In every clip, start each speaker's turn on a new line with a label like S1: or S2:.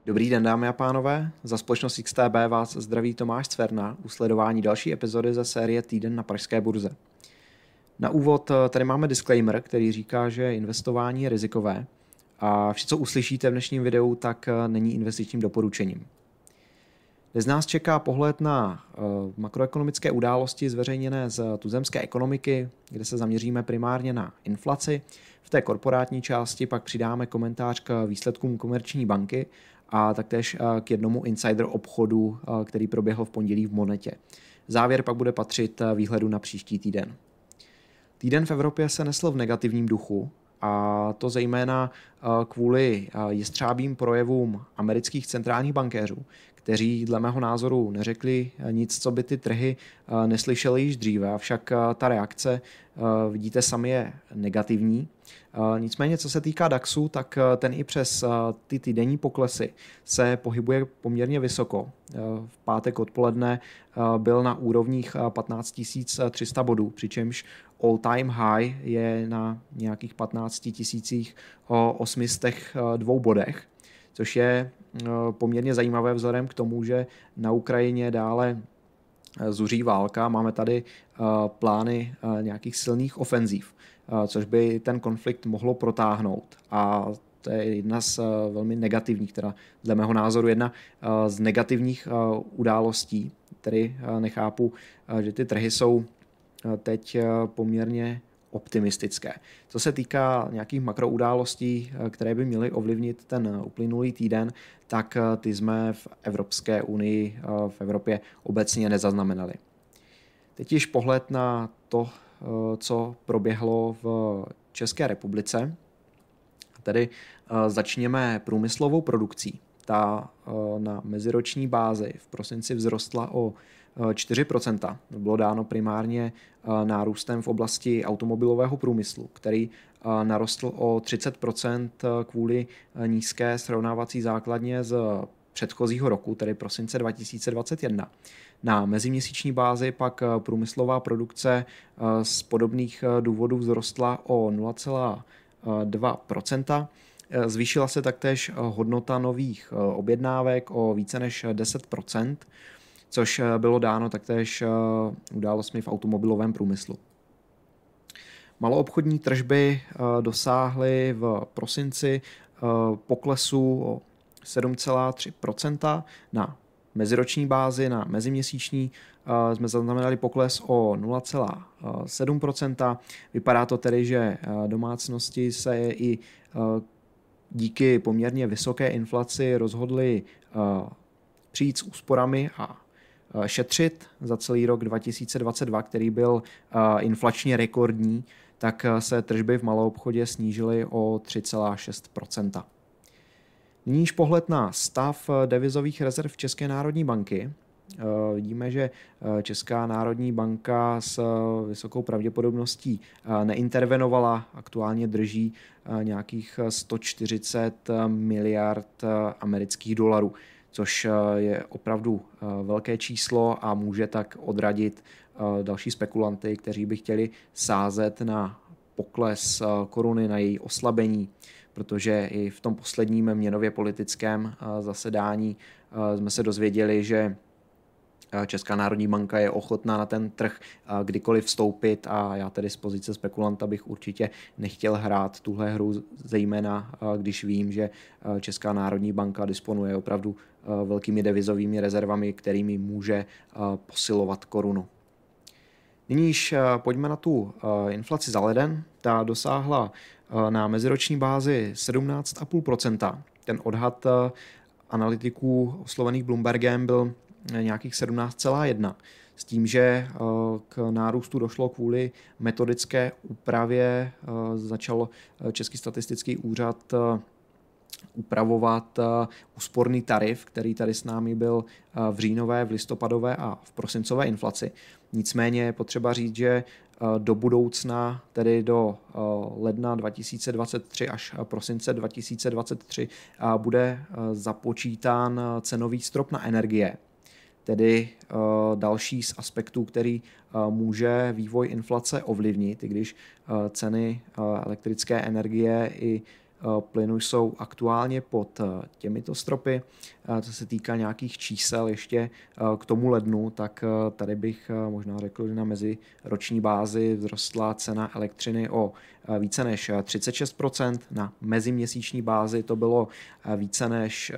S1: Dobrý den, dámy a pánové. Za společnost XTB vás zdraví Tomáš Cverna u sledování další epizody ze série Týden na pražské burze. Na úvod tady máme disclaimer, který říká, že investování je rizikové a vše, co uslyšíte v dnešním videu, tak není investičním doporučením. Dnes nás čeká pohled na makroekonomické události zveřejněné z tuzemské ekonomiky, kde se zaměříme primárně na inflaci. V té korporátní části pak přidáme komentář k výsledkům Komerční banky a taktéž k jednomu insider obchodu, který proběhl v pondělí v Monetě. Závěr pak bude patřit výhledu na příští týden. Týden v Evropě se nesl v negativním duchu, a to zejména kvůli jestřábým projevům amerických centrálních bankéřů, kteří dle mého názoru neřekli nic, co by ty trhy neslyšely již dříve, avšak ta reakce, vidíte sami, je negativní. Nicméně, co se týká DAXu, tak ten i přes ty týdenní poklesy se pohybuje poměrně vysoko. V pátek odpoledne byl na úrovních 15 300 bodů, přičemž all-time high je na nějakých 15 802 bodech, což je poměrně zajímavé vzhledem k tomu, že na Ukrajině dále zuří válka. Máme tady plány nějakých silných ofenzív, což by ten konflikt mohlo protáhnout. A to je jedna z velmi negativních, teda dle mého názoru jedna z negativních událostí. Tedy nechápu, že ty trhy jsou teď poměrně optimistické. Co se týká nějakých makroudálostí, které by měly ovlivnit ten uplynulý týden, tak ty jsme v Evropské unii, v Evropě obecně nezaznamenali. Teď již pohled na to, co proběhlo v České republice. Tedy začněme průmyslovou produkcí. Ta na meziroční bázi v prosinci vzrostla o 4%. To bylo dáno primárně nárůstem v oblasti automobilového průmyslu, který narostl o 30% kvůli nízké srovnávací základně z předchozího roku, tedy prosince 2021. Na meziměsíční bázi pak průmyslová produkce z podobných důvodů vzrostla o 0,2%. Zvýšila se taktéž hodnota nových objednávek o více než 10%, což bylo dáno taktéž událostmi v automobilovém průmyslu. Maloobchodní tržby dosáhly v prosinci poklesu o 7,3%. Na meziroční bázi, na meziměsíční jsme zaznamenali pokles o 0,7%. Vypadá to tedy, že domácnosti se i díky poměrně vysoké inflaci rozhodly přijít s úsporami a šetřit za celý rok 2022, který byl inflačně rekordní, tak se tržby v maloobchodě snížily o 3,6%. Nyní již pohled na stav devizových rezerv České národní banky. Vidíme, že Česká národní banka s vysokou pravděpodobností neintervenovala, aktuálně drží nějakých 140 miliard amerických dolarů, což je opravdu velké číslo a může tak odradit další spekulanty, kteří by chtěli sázet na pokles koruny, na její oslabení, protože i v tom posledním měnově politickém zasedání jsme se dozvěděli, že Česká národní banka je ochotná na ten trh kdykoliv vstoupit a já tedy z pozice spekulanta bych určitě nechtěl hrát tuhle hru, zejména když vím, že Česká národní banka disponuje opravdu velkými devizovými rezervami, kterými může posilovat korunu. Nyní již pojďme na tu inflaci za leden. Ta dosáhla na meziroční bázi 17,5%. Ten odhad analytiků oslovených Bloombergem byl nějakých 17,1%. S tím, že k nárůstu došlo kvůli metodické úpravě, začal Český statistický úřad upravovat úsporný tarif, který tady s námi byl v říjnové, v listopadové a v prosincové inflaci. Nicméně je potřeba říct, že do budoucna, tedy do ledna 2023 až prosince 2023, bude započítán cenový strop na energie. Tedy další z aspektů, který může vývoj inflace ovlivnit, i když ceny elektrické energie i plynu jsou aktuálně pod těmito stropy. Co se týká nějakých čísel ještě k tomu lednu, tak tady bych možná řekl, že na meziroční bázi vzrostla cena elektřiny o více než 36%, na meziměsíční bázi to bylo více než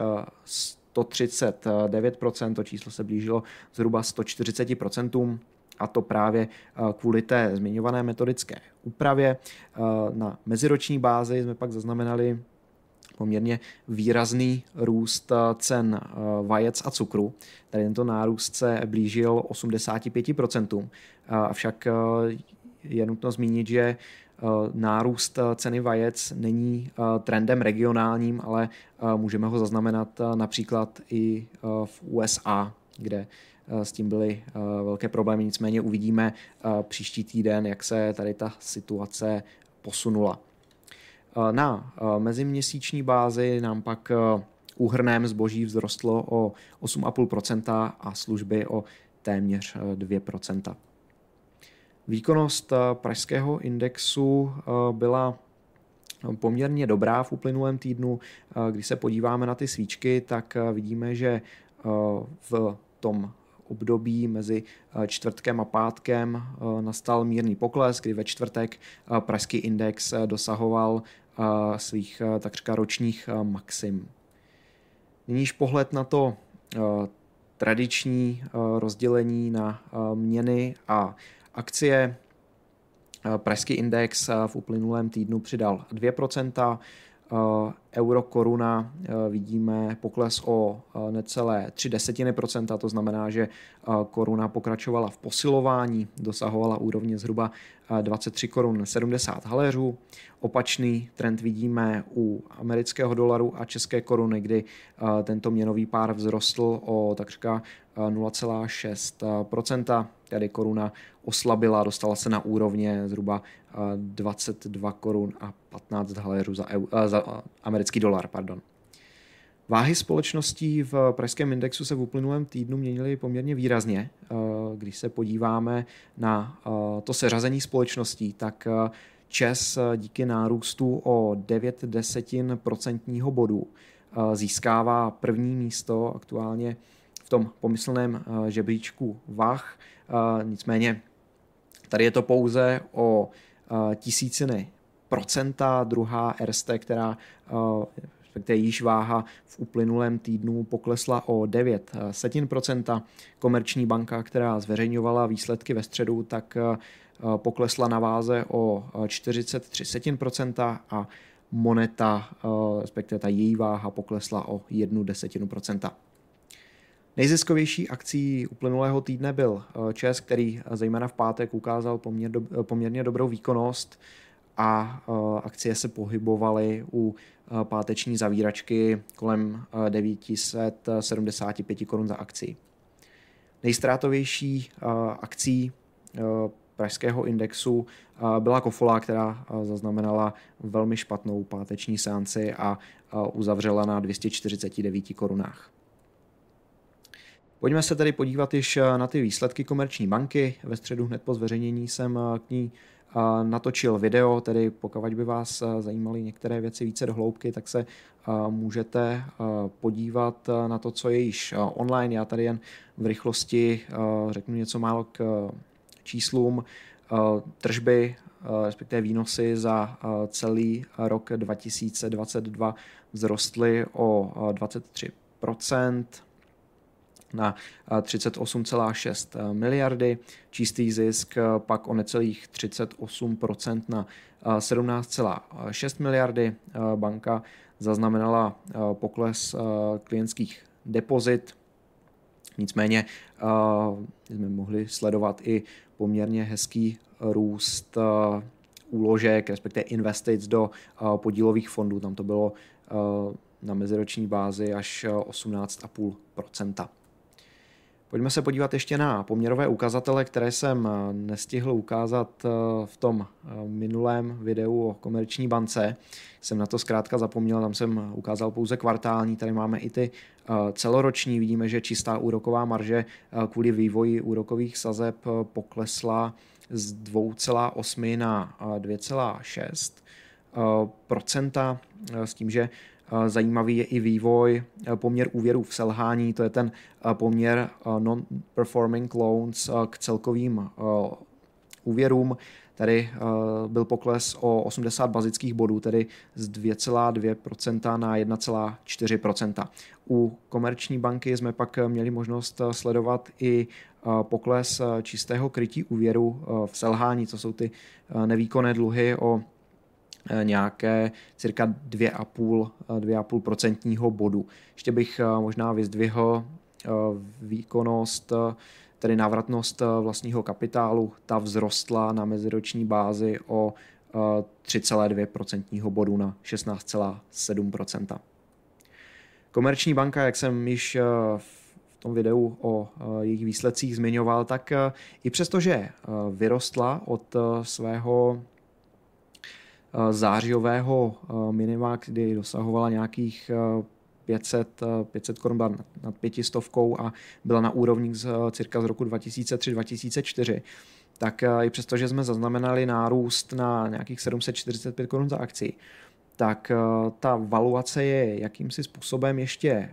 S1: 139%, to číslo se blížilo zhruba 140%. A to právě kvůli té zmiňované metodické úpravě. Na meziroční bázi jsme pak zaznamenali poměrně výrazný růst cen vajec a cukru. Tady tento nárůst se blížil 85%. Avšak je nutno zmínit, že nárůst ceny vajec není trendem regionálním, ale můžeme ho zaznamenat například i v USA, kde s tím byly velké problémy. Nicméně uvidíme příští týden, jak se tady ta situace posunula. Na meziměsíční bázi nám pak úhrném zboží vzrostlo o 8,5% a služby o téměř 2%. Výkonnost pražského indexu byla poměrně dobrá v uplynulém týdnu. Když se podíváme na ty svíčky, tak vidíme, že v tom období mezi čtvrtkem a pátkem nastal mírný pokles, kdy ve čtvrtek pražský index dosahoval svých takřka ročních maxim. Nyníž pohled na to tradiční rozdělení na měny a akcie. Pražský index v uplynulém týdnu přidal 2%, euro koruna vidíme pokles o necelé 0,3%, to znamená, že koruna pokračovala v posilování, dosahovala úrovně zhruba 23 korun 70 haléřů. Opačný trend vidíme u amerického dolaru a české koruny, kdy tento měnový pár vzrostl o takřka 0,6%, tedy koruna oslabila, dostala se na úrovně zhruba 22 korun a 15 haléřů za americký dolar. Váhy společností v pražském indexu se v uplynulém týdnu měnily poměrně výrazně. Když se podíváme na to seřazení společností, tak ČEZ díky nárůstu o 0,9% bodu získává první místo aktuálně v tom pomyslném žebříčku váh. Nicméně tady je to pouze o tisíciny procenta. Druhá Erste, která jejíž váha v uplynulém týdnu poklesla o 0,9%. Komerční banka, která zveřejňovala výsledky ve středu, tak poklesla na váze o 0,43% a Moneta, respektive ta její váha, poklesla o 0,1%. Nejziskovější akcí uplynulého týdne byl ČEZ, který zejména v pátek ukázal poměrně dobrou výkonnost a akcie se pohybovaly u páteční zavíračky kolem 975 korun za akci. Nejztrátovější akcí pražského indexu byla Kofola, která zaznamenala velmi špatnou páteční seanci a uzavřela na 249 korunách. Pojďme se tedy podívat již na ty výsledky Komerční banky. Ve středu hned po zveřejnění jsem k ní natočil video, tedy pokud by vás zajímaly některé věci více do hloubky, tak se můžete podívat na to, co je již online. Já tady jen v rychlosti řeknu něco málo k číslům. Tržby, respektive výnosy za celý rok 2022 vzrostly o 23%. Na 38,6 miliardy, čistý zisk pak o necelých 38% na 17,6 miliardy. Banka zaznamenala pokles klientských depozit, nicméně jsme mohli sledovat i poměrně hezký růst úložek, respektive investic do podílových fondů. Tam to bylo na meziroční bázi až 18,5%. Pojďme se podívat ještě na poměrové ukazatele, které jsem nestihl ukázat v tom minulém videu o Komerční bance. Jsem na to zkrátka zapomněl, tam jsem ukázal pouze kvartální, tady máme i ty celoroční. Vidíme, že čistá úroková marže kvůli vývoji úrokových sazeb poklesla z 2,8 na 2,6. s tím, že zajímavý je i vývoj poměr úvěrů v selhání, to je ten poměr non-performing loans k celkovým úvěrům. Tady byl pokles o 80 bazických bodů, tedy z 2,2% na 1,4%. U Komerční banky jsme pak měli možnost sledovat i pokles čistého krytí úvěru v selhání, co jsou ty nevýkonné dluhy o nějaké cirka 2,5% bodu. Ještě bych možná vyzdvihl výkonnost, tedy návratnost vlastního kapitálu, ta vzrostla na meziroční bázi o 3,2% bodu na 16,7%. Komerční banka, jak jsem již v tom videu o jejich výsledcích zmiňoval, tak i přesto, že vyrostla od svého zářijového minima, kdy dosahovala nějakých 500 korun, byla nad 500 a byla na úrovních cirka z roku 2003-2004, tak i přesto, že jsme zaznamenali nárůst na nějakých 745 korun za akci, tak ta valuace je jakýmsi způsobem ještě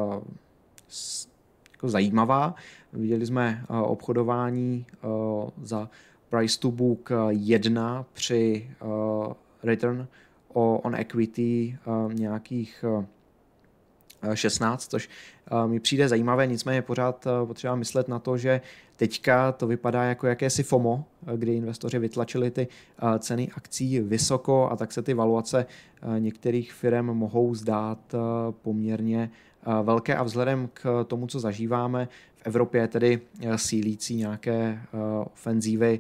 S1: jako zajímavá. Viděli jsme obchodování za price to book 1 při return on equity nějakých 16, což mi přijde zajímavé, nicméně pořád potřeba myslet na to, že teďka to vypadá jako jakési FOMO, kdy investoři vytlačili ty ceny akcí vysoko a tak se ty valuace některých firm mohou zdát poměrně velké a vzhledem k tomu, co zažíváme v Evropě, tedy sílící nějaké ofenzívy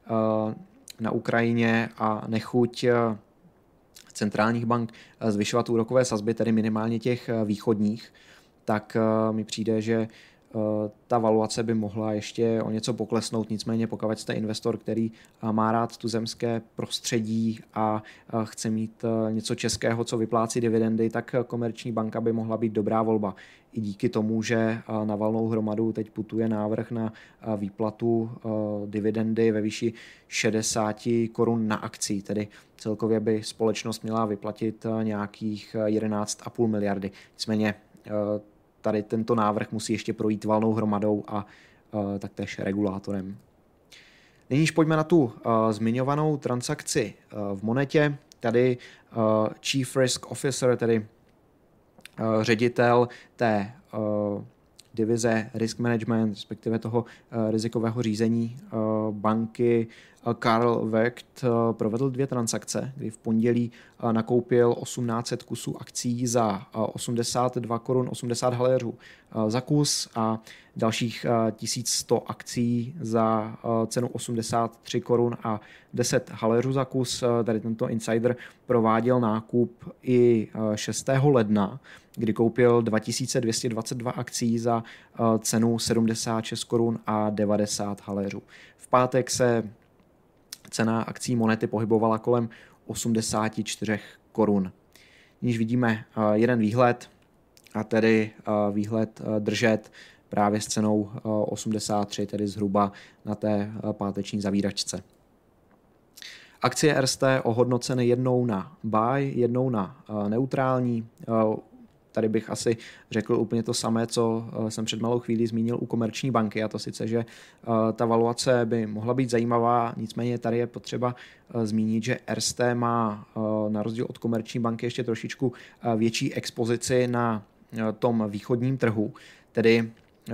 S1: na Ukrajině a nechuť centrálních bank zvyšovat úrokové sazby, tedy minimálně těch východních, tak mi přijde, že ta valuace by mohla ještě o něco poklesnout, nicméně pokud jste investor, který má rád tuzemské prostředí a chce mít něco českého, co vyplácí dividendy, tak Komerční banka by mohla být dobrá volba. I díky tomu, že na valnou hromadu teď putuje návrh na výplatu dividendy ve výši 60 korun na akci, tedy celkově by společnost měla vyplatit nějakých 11,5 miliardy. Nicméně tady tento návrh musí ještě projít valnou hromadou a taktéž regulátorem. Nyníž pojďme na tu zmiňovanou transakci v Monetě. Tady Chief Risk Officer, tedy ředitel té divize Risk Management, respektive toho rizikového řízení banky Karl Wecht provedl 2 transakce, kdy v pondělí nakoupil 1800 kusů akcí za 82 korun 80 haléřů za kus a dalších 1100 akcí za cenu 83 korun a 10 haléřů za kus. Tady tento insider prováděl nákup i 6. ledna, kdy koupil 2222 akcí za cenu 76 korun a 90 haléřů. V pátek se cena akcí Monety pohybovala kolem 84 korun. Když vidíme jeden výhled, a tedy výhled držet právě s cenou 83, tedy zhruba na té páteční zavíračce. Akcie RST ohodnoceny jednou na buy, jednou na neutrální. Tady bych asi řekl úplně to samé, co jsem před malou chvílí zmínil u Komerční banky, a to sice, že ta valuace by mohla být zajímavá, nicméně tady je potřeba zmínit, že RST má na rozdíl od Komerční banky ještě trošičku větší expozici na tom východním trhu, tedy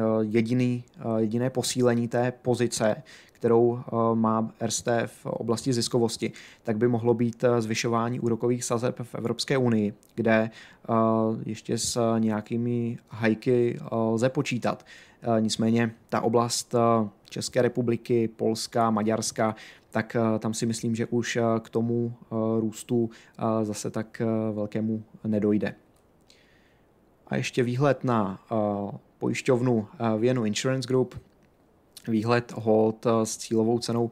S1: jediné posílení té pozice, kterou má RST v oblasti ziskovosti, tak by mohlo být zvyšování úrokových sazeb v Evropské unii, kde ještě s nějakými hajky lze počítat. Nicméně ta oblast České republiky, Polska, Maďarska, tak tam si myslím, že už k tomu růstu zase tak velkému nedojde. A ještě výhled na pojišťovnu Vienna Insurance Group. Výhled hold s cílovou cenou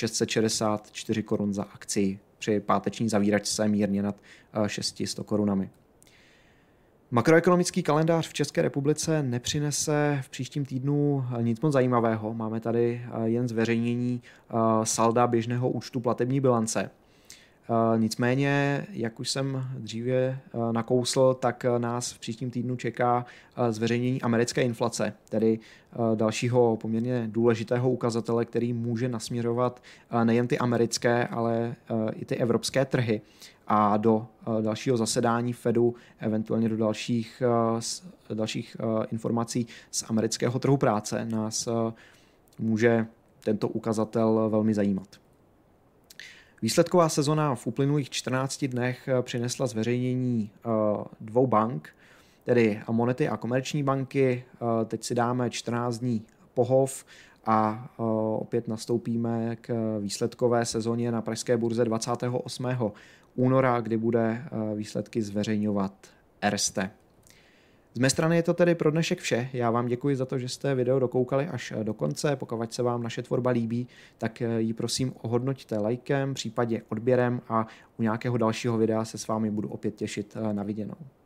S1: 664 korun za akci při páteční zavíračce mírně nad 600 korunami. Makroekonomický kalendář v České republice nepřinese v příštím týdnu nic moc zajímavého. Máme tady jen zveřejnění salda běžného účtu platební bilance. Nicméně, jak už jsem dříve nakousl, tak nás v příštím týdnu čeká zveřejnění americké inflace, tedy dalšího poměrně důležitého ukazatele, který může nasměrovat nejen ty americké, ale i ty evropské trhy. A do dalšího zasedání Fedu, eventuálně do dalších informací z amerického trhu práce nás může tento ukazatel velmi zajímat. Výsledková sezona v uplynulých 14 dnech přinesla zveřejnění dvou bank, tedy Monety a Komerční banky. Teď si dáme 14 dní pohov a opět nastoupíme k výsledkové sezóně na pražské burze 28. února, kdy bude výsledky zveřejňovat Erste. Z mé strany je to tedy pro dnešek vše. Já vám děkuji za to, že jste video dokoukali až do konce. Pokud se vám naše tvorba líbí, tak ji prosím ohodnoťte lajkem, případně odběrem a u nějakého dalšího videa se s vámi budu opět těšit na viděnou.